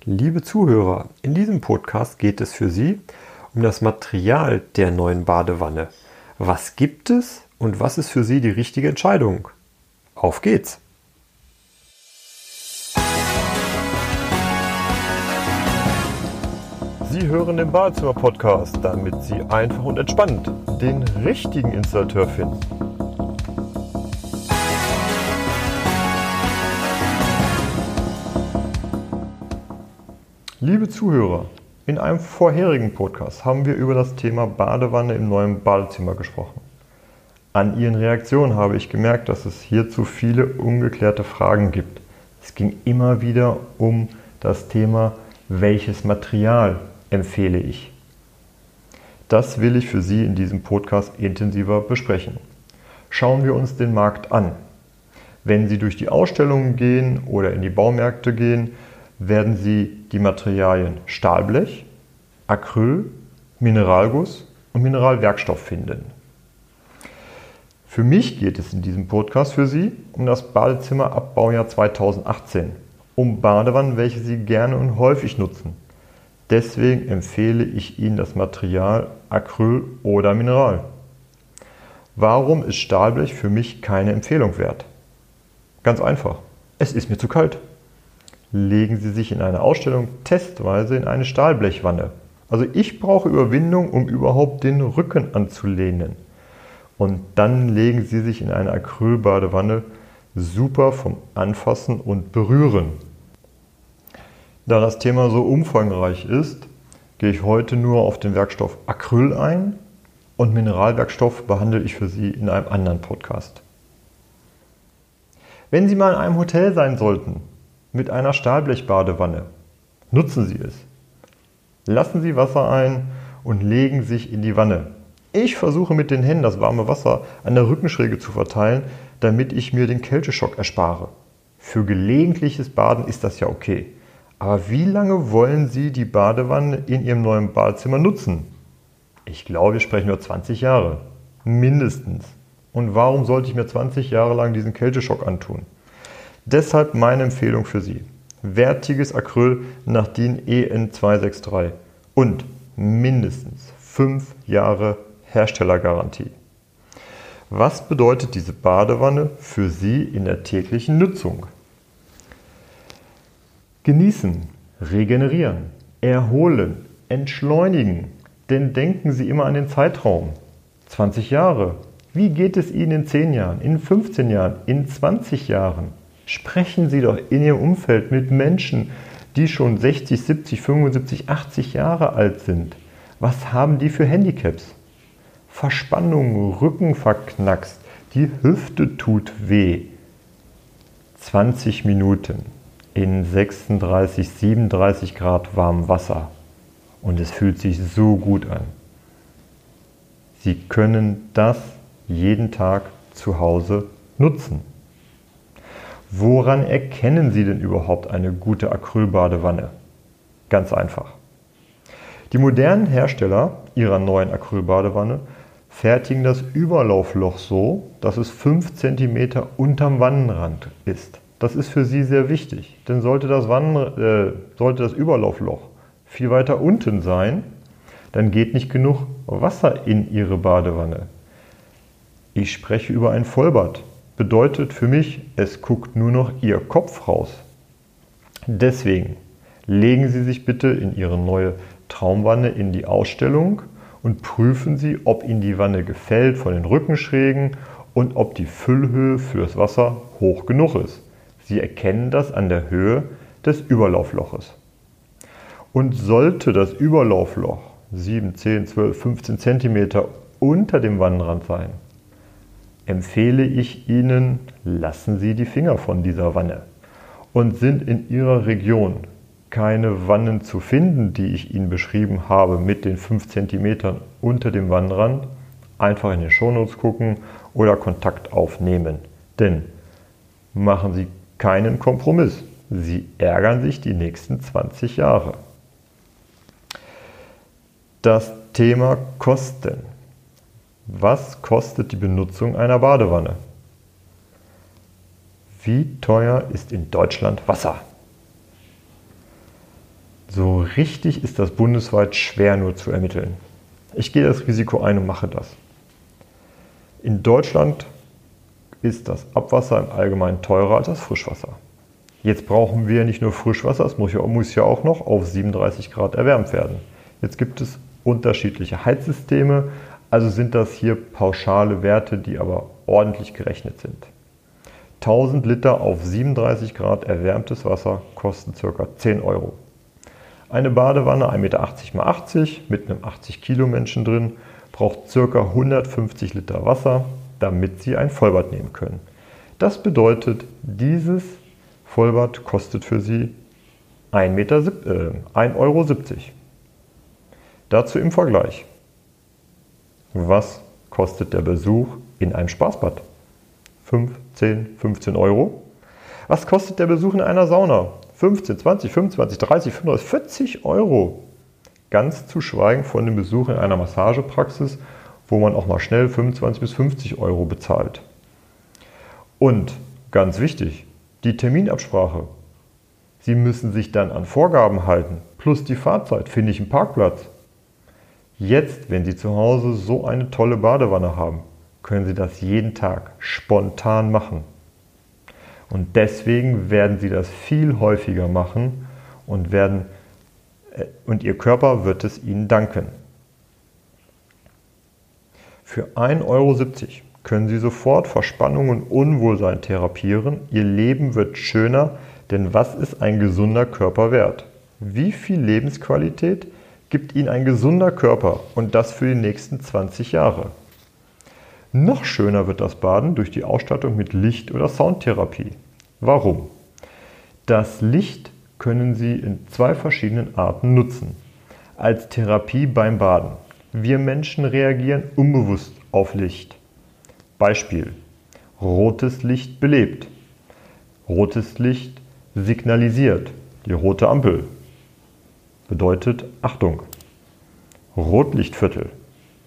Liebe Zuhörer, in diesem Podcast geht es für Sie um das Material der neuen Badewanne. Was gibt es und was ist für Sie die richtige Entscheidung? Auf geht's! Sie hören den Badezimmer-Podcast, damit Sie einfach und entspannt den richtigen Installateur finden. Liebe Zuhörer, in einem vorherigen Podcast haben wir über das Thema Badewanne im neuen Badezimmer gesprochen. An Ihren Reaktionen habe ich gemerkt, dass es hierzu viele ungeklärte Fragen gibt. Es ging immer wieder um das Thema, welches Material empfehle ich. Das will ich für Sie in diesem Podcast intensiver besprechen. Schauen wir uns den Markt an. Wenn Sie durch die Ausstellungen gehen oder in die Baumärkte gehen, werden Sie die Materialien Stahlblech, Acryl, Mineralguss und Mineralwerkstoff finden. Für mich geht es in diesem Podcast für Sie um das Badezimmer ab Baujahr 2018, um Badewannen, welche Sie gerne und häufig nutzen. Deswegen empfehle ich Ihnen das Material Acryl oder Mineral. Warum ist Stahlblech für mich keine Empfehlung wert? Ganz einfach, es ist mir zu kalt. Legen Sie sich in einer Ausstellung testweise in eine Stahlblechwanne. Also ich brauche Überwindung, um überhaupt den Rücken anzulehnen. Und dann legen Sie sich in eine Acrylbadewanne, super vom Anfassen und Berühren. Da das Thema so umfangreich ist, gehe ich heute nur auf den Werkstoff Acryl ein und Mineralwerkstoff behandle ich für Sie in einem anderen Podcast. Wenn Sie mal in einem Hotel sein sollten, mit einer Stahlblechbadewanne, nutzen Sie es. Lassen Sie Wasser ein und legen sich in die Wanne. Ich versuche mit den Händen das warme Wasser an der Rückenschräge zu verteilen, damit ich mir den Kälteschock erspare. Für gelegentliches Baden ist das ja okay. Aber wie lange wollen Sie die Badewanne in Ihrem neuen Badezimmer nutzen? Ich glaube, wir sprechen über 20 Jahre. Mindestens. Und warum sollte ich mir 20 Jahre lang diesen Kälteschock antun? Deshalb meine Empfehlung für Sie. Wertiges Acryl nach DIN EN 263 und mindestens 5 Jahre Herstellergarantie. Was bedeutet diese Badewanne für Sie in der täglichen Nutzung? Genießen, regenerieren, erholen, entschleunigen. Denn denken Sie immer an den Zeitraum. 20 Jahre. Wie geht es Ihnen in 10 Jahren, in 15 Jahren, in 20 Jahren? Sprechen Sie doch in Ihrem Umfeld mit Menschen, die schon 60, 70, 75, 80 Jahre alt sind. Was haben die für Handicaps? Verspannung, Rücken verknackst, die Hüfte tut weh. 20 Minuten in 36, 37 Grad warmem Wasser und es fühlt sich so gut an. Sie können das jeden Tag zu Hause nutzen. Woran erkennen Sie denn überhaupt eine gute Acrylbadewanne? Ganz einfach. Die modernen Hersteller ihrer neuen Acrylbadewanne fertigen das Überlaufloch so, dass es 5 cm unterm Wannenrand ist. Das ist für Sie sehr wichtig, denn sollte das Überlaufloch viel weiter unten sein, dann geht nicht genug Wasser in Ihre Badewanne. Ich spreche über ein Vollbad. Bedeutet für mich, es guckt nur noch Ihr Kopf raus. Deswegen legen Sie sich bitte in Ihre neue Traumwanne in die Ausstellung und prüfen Sie, ob Ihnen die Wanne gefällt von den Rückenschrägen und ob die Füllhöhe fürs Wasser hoch genug ist. Sie erkennen das an der Höhe des Überlaufloches. Und sollte das Überlaufloch 7, 10, 12, 15 cm unter dem Wannenrand sein, empfehle ich Ihnen, lassen Sie die Finger von dieser Wanne. Und sind in Ihrer Region keine Wannen zu finden, die ich Ihnen beschrieben habe, mit den 5 cm unter dem Wannenrand, einfach in den Shownotes gucken oder Kontakt aufnehmen. Denn machen Sie keinen Kompromiss. Sie ärgern sich die nächsten 20 Jahre. Das Thema Kosten. Was kostet die Benutzung einer Badewanne? Wie teuer ist in Deutschland Wasser? So richtig ist das bundesweit schwer nur zu ermitteln. Ich gehe das Risiko ein und mache das. In Deutschland ist das Abwasser im Allgemeinen teurer als das Frischwasser. Jetzt brauchen wir nicht nur Frischwasser, es muss ja auch noch auf 37 Grad erwärmt werden. Jetzt gibt es unterschiedliche Heizsysteme, also sind das hier pauschale Werte, die aber ordentlich gerechnet sind. 1000 Liter auf 37 Grad erwärmtes Wasser kosten ca. 10 Euro. Eine Badewanne 1,80 Meter x 80 mit einem 80 Kilo Menschen drin braucht ca. 150 Liter Wasser, damit Sie ein Vollbad nehmen können. Das bedeutet, dieses Vollbad kostet für Sie 1,70 Euro. Dazu im Vergleich. Was kostet der Besuch in einem Spaßbad? 5, 10, 15 Euro. Was kostet der Besuch in einer Sauna? 15, 20, 25, 30, 35, 40 Euro. Ganz zu schweigen von dem Besuch in einer Massagepraxis, wo man auch mal schnell 25 bis 50 Euro bezahlt. Und ganz wichtig, die Terminabsprache. Sie müssen sich dann an Vorgaben halten, plus die Fahrzeit, finde ich einen Parkplatz. Jetzt, wenn Sie zu Hause so eine tolle Badewanne haben, können Sie das jeden Tag spontan machen. Und deswegen werden Sie das viel häufiger machen und Ihr Körper wird es Ihnen danken. Für 1,70 Euro können Sie sofort Verspannung und Unwohlsein therapieren. Ihr Leben wird schöner, denn was ist ein gesunder Körper wert? Wie viel Lebensqualität gibt Ihnen ein gesunder Körper und das für die nächsten 20 Jahre? Noch schöner wird das Baden durch die Ausstattung mit Licht- oder Soundtherapie. Warum? Das Licht können Sie in 2 verschiedenen Arten nutzen. Als Therapie beim Baden. Wir Menschen reagieren unbewusst auf Licht. Beispiel: rotes Licht belebt. Rotes Licht signalisiert. Die rote Ampel bedeutet Achtung. Rotlichtviertel.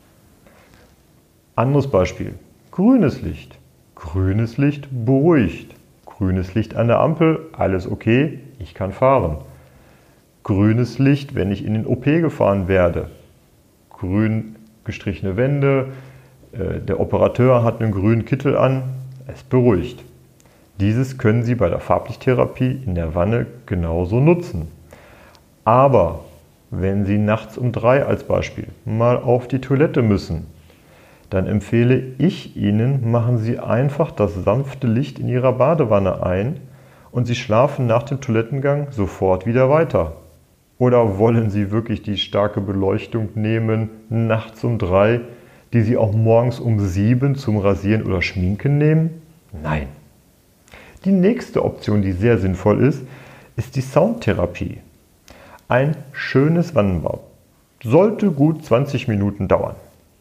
Anderes Beispiel: grünes Licht. Grünes Licht beruhigt. Grünes Licht an der Ampel, alles okay, ich kann fahren. Grünes Licht, wenn ich in den OP gefahren werde. Grün gestrichene Wände, der Operateur hat einen grünen Kittel an, es beruhigt. Dieses können Sie bei der Farblichttherapie in der Wanne genauso nutzen. Aber wenn Sie nachts um 3 als Beispiel mal auf die Toilette müssen, dann empfehle ich Ihnen, machen Sie einfach das sanfte Licht in Ihrer Badewanne ein und Sie schlafen nach dem Toilettengang sofort wieder weiter. Oder wollen Sie wirklich die starke Beleuchtung nehmen, nachts um 3, die Sie auch morgens um 7 zum Rasieren oder Schminken nehmen? Nein. Die nächste Option, die sehr sinnvoll ist die Soundtherapie. Ein schönes Wannenbad sollte gut 20 Minuten dauern.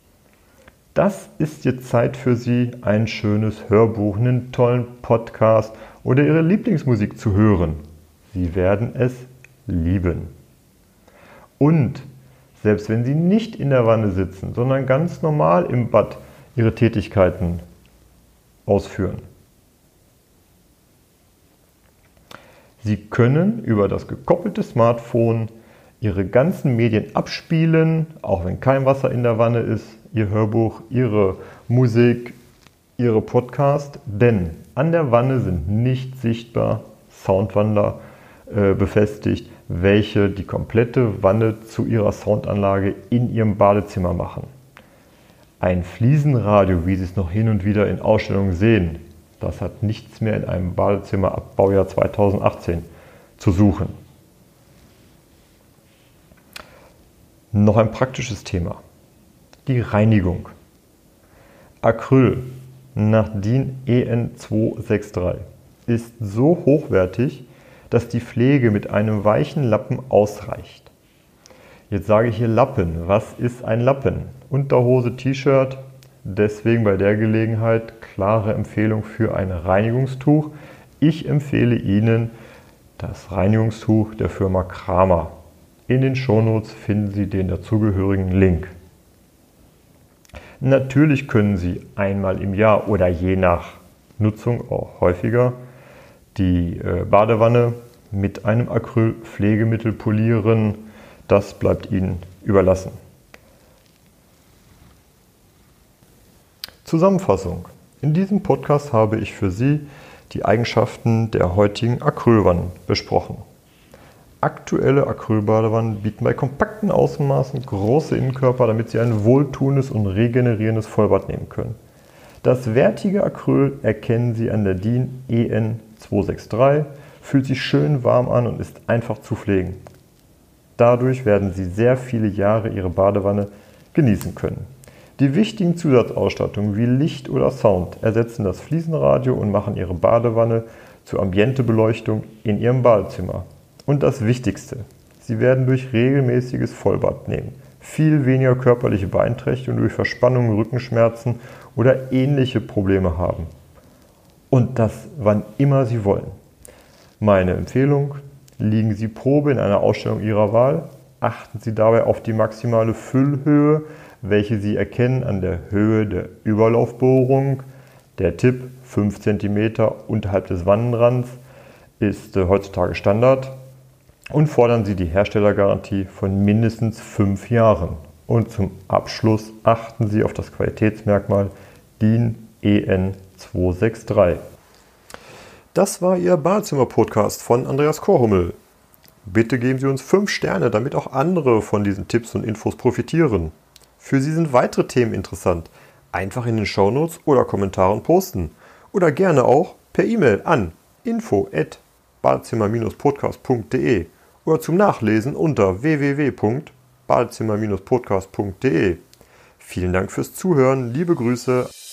Das ist jetzt Zeit für Sie, ein schönes Hörbuch, einen tollen Podcast oder Ihre Lieblingsmusik zu hören. Sie werden es lieben. Und selbst wenn Sie nicht in der Wanne sitzen, sondern ganz normal im Bad Ihre Tätigkeiten ausführen, Sie können über das gekoppelte Smartphone Ihre ganzen Medien abspielen, auch wenn kein Wasser in der Wanne ist, Ihr Hörbuch, Ihre Musik, Ihre Podcast, denn an der Wanne sind nicht sichtbar Soundwandler befestigt, welche die komplette Wanne zu Ihrer Soundanlage in Ihrem Badezimmer machen. Ein Fliesenradio, wie Sie es noch hin und wieder in Ausstellungen sehen, das hat nichts mehr in einem Badezimmer ab Baujahr 2018 zu suchen. Noch ein praktisches Thema. Die Reinigung. Acryl nach DIN EN 263 ist so hochwertig, dass die Pflege mit einem weichen Lappen ausreicht. Jetzt sage ich hier Lappen. Was ist ein Lappen? Unterhose, T-Shirt. Deswegen bei der Gelegenheit klare Empfehlung für ein Reinigungstuch. Ich empfehle Ihnen das Reinigungstuch der Firma Kramer. In den Shownotes finden Sie den dazugehörigen Link. Natürlich können Sie einmal im Jahr oder je nach Nutzung auch häufiger die Badewanne mit einem Acryl-Pflegemittel polieren, das bleibt Ihnen überlassen. Zusammenfassung. In diesem Podcast habe ich für Sie die Eigenschaften der heutigen Acrylwannen besprochen. Aktuelle Acrylbadewannen bieten bei kompakten Außenmaßen große Innenkörper, damit Sie ein wohltuendes und regenerierendes Vollbad nehmen können. Das wertige Acryl erkennen Sie an der DIN EN 263, fühlt sich schön warm an und ist einfach zu pflegen. Dadurch werden Sie sehr viele Jahre Ihre Badewanne genießen können. Die wichtigen Zusatzausstattungen wie Licht oder Sound ersetzen das Fliesenradio und machen Ihre Badewanne zur Ambientebeleuchtung in Ihrem Badezimmer. Und das Wichtigste, Sie werden durch regelmäßiges Vollbad nehmen viel weniger körperliche Beeinträchtigungen durch Verspannungen, Rückenschmerzen oder ähnliche Probleme haben. Und das wann immer Sie wollen. Meine Empfehlung: liegen Sie Probe in einer Ausstellung Ihrer Wahl, achten Sie dabei auf die maximale Füllhöhe, welche Sie erkennen an der Höhe der Überlaufbohrung. Der Tipp: 5 cm unterhalb des Wannenrands ist heutzutage Standard. Und fordern Sie die Herstellergarantie von mindestens 5 Jahren. Und zum Abschluss achten Sie auf das Qualitätsmerkmal DIN EN 263. Das war Ihr Badezimmer-Podcast von Andreas Korhummel. Bitte geben Sie uns 5 Sterne, damit auch andere von diesen Tipps und Infos profitieren. Für Sie sind weitere Themen interessant. Einfach in den Shownotes oder Kommentaren posten. Oder gerne auch per E-Mail an info@badezimmer-podcast.de oder zum Nachlesen unter www.badezimmer-podcast.de. Vielen Dank fürs Zuhören, liebe Grüße.